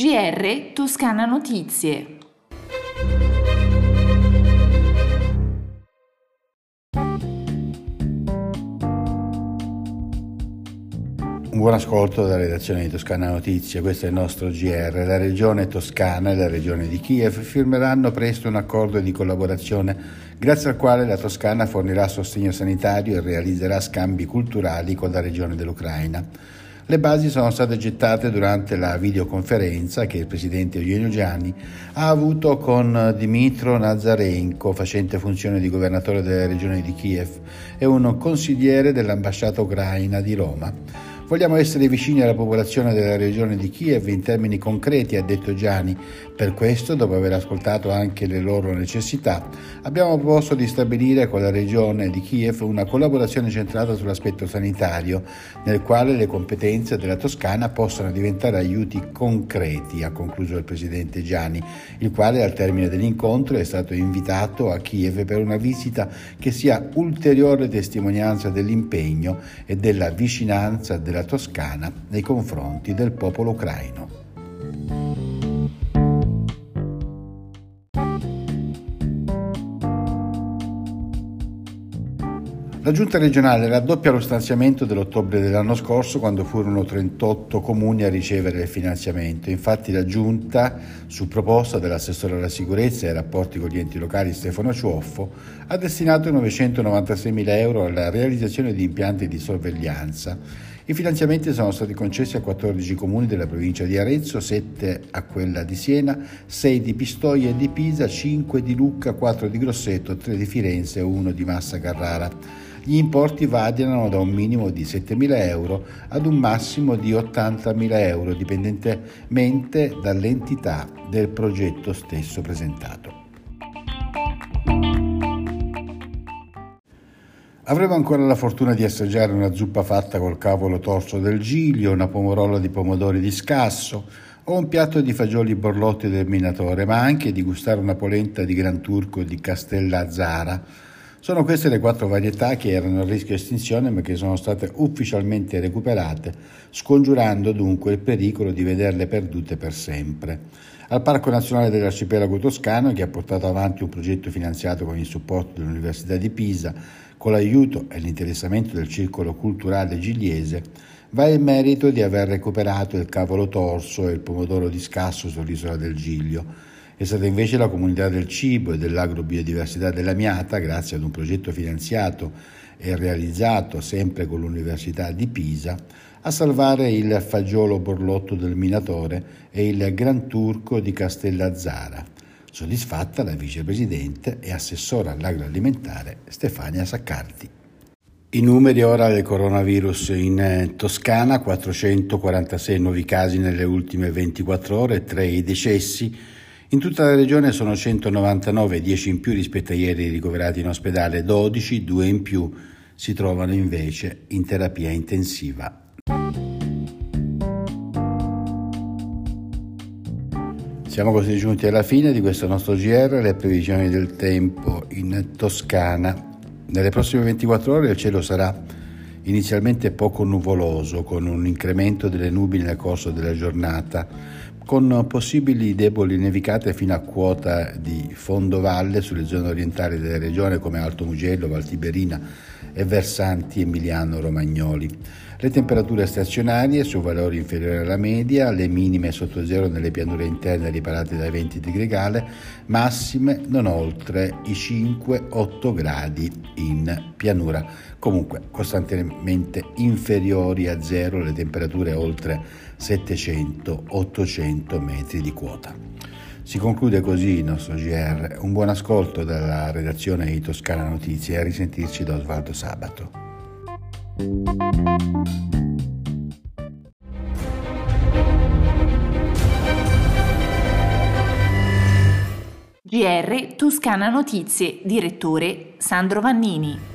GR Toscana Notizie. Un buon ascolto dalla redazione di Toscana Notizie. Questo è il nostro GR. La regione Toscana e la regione di Kiev firmeranno presto un accordo di collaborazione grazie al quale la Toscana fornirà sostegno sanitario e realizzerà scambi culturali con la regione dell'Ucraina. Le basi sono state gettate durante la videoconferenza che il presidente Eugenio Gianni ha avuto con Dmytro Nazarenko, facente funzione di governatore della regione di Kiev e un consigliere dell'ambasciata ucraina di Roma. Vogliamo essere vicini alla popolazione della regione di Kiev in termini concreti, ha detto Gianni. Per questo, dopo aver ascoltato anche le loro necessità, abbiamo proposto di stabilire con la regione di Kiev una collaborazione centrata sull'aspetto sanitario, nel quale le competenze della Toscana possano diventare aiuti concreti, ha concluso il presidente Gianni, il quale al termine dell'incontro è stato invitato a Kiev per una visita che sia ulteriore testimonianza dell'impegno e della vicinanza della Toscana nei confronti del popolo ucraino. La Giunta regionale raddoppia lo stanziamento dell'ottobre dell'anno scorso, quando furono 38 comuni a ricevere il finanziamento. Infatti la Giunta, su proposta dell'assessore alla sicurezza e ai rapporti con gli enti locali Stefano Ciuoffo, ha destinato 996.000 euro alla realizzazione di impianti di sorveglianza. I finanziamenti sono stati concessi a 14 comuni della provincia di Arezzo, 7 a quella di Siena, 6 di Pistoia e di Pisa, 5 di Lucca, 4 di Grosseto, 3 di Firenze e 1 di Massa Carrara. Gli importi variano da un minimo di 7.000 euro ad un massimo di 80.000 euro, dipendentemente dall'entità del progetto stesso presentato. Avremo ancora la fortuna di assaggiare una zuppa fatta col cavolo torso del Giglio, una pomarola di pomodori di scasso o un piatto di fagioli borlotti del Minatore, ma anche di gustare una polenta di Gran Turco di Castellazzara. Sono queste le 4 varietà che erano a rischio estinzione ma che sono state ufficialmente recuperate, scongiurando dunque il pericolo di vederle perdute per sempre. Al Parco Nazionale dell'Arcipelago Toscano, che ha portato avanti un progetto finanziato con il supporto dell'Università di Pisa, con l'aiuto e l'interessamento del Circolo Culturale Gigliese, va il merito di aver recuperato il cavolo torso e il pomodoro di scasso sull'isola del Giglio. È stata invece la comunità del cibo e dell'agrobiodiversità dell'Amiata, grazie ad un progetto finanziato e realizzato sempre con l'Università di Pisa, a salvare il fagiolo borlotto del Minatore e il Gran Turco di Castellazzara. Soddisfatta la vicepresidente e assessora all'agroalimentare Stefania Saccardi. I numeri ora del coronavirus in Toscana: 446 nuovi casi nelle ultime 24 ore, 3 i decessi. In tutta la regione sono 199, 10 in più rispetto a ieri ricoverati in ospedale, 12, 2 in più si trovano invece in terapia intensiva. Siamo così giunti alla fine di questo nostro GR, le previsioni del tempo in Toscana. Nelle prossime 24 ore il cielo sarà inizialmente poco nuvoloso, con un incremento delle nubi nel corso della giornata, con possibili deboli nevicate fino a quota di fondovalle sulle zone orientali della regione come Alto Mugello, Val Tiberina e versanti emiliano-romagnoli. Le temperature stazionarie su valori inferiori alla media, le minime sotto zero nelle pianure interne riparate dai venti di gregale, massime non oltre i 5-8 gradi in pianura. Comunque costantemente inferiori a zero le temperature oltre 700-800 metri di quota. Si conclude così il nostro GR. Un buon ascolto dalla redazione di Toscana Notizie e a risentirci da Osvaldo Sabato. GR Toscana Notizie, direttore Sandro Vannini.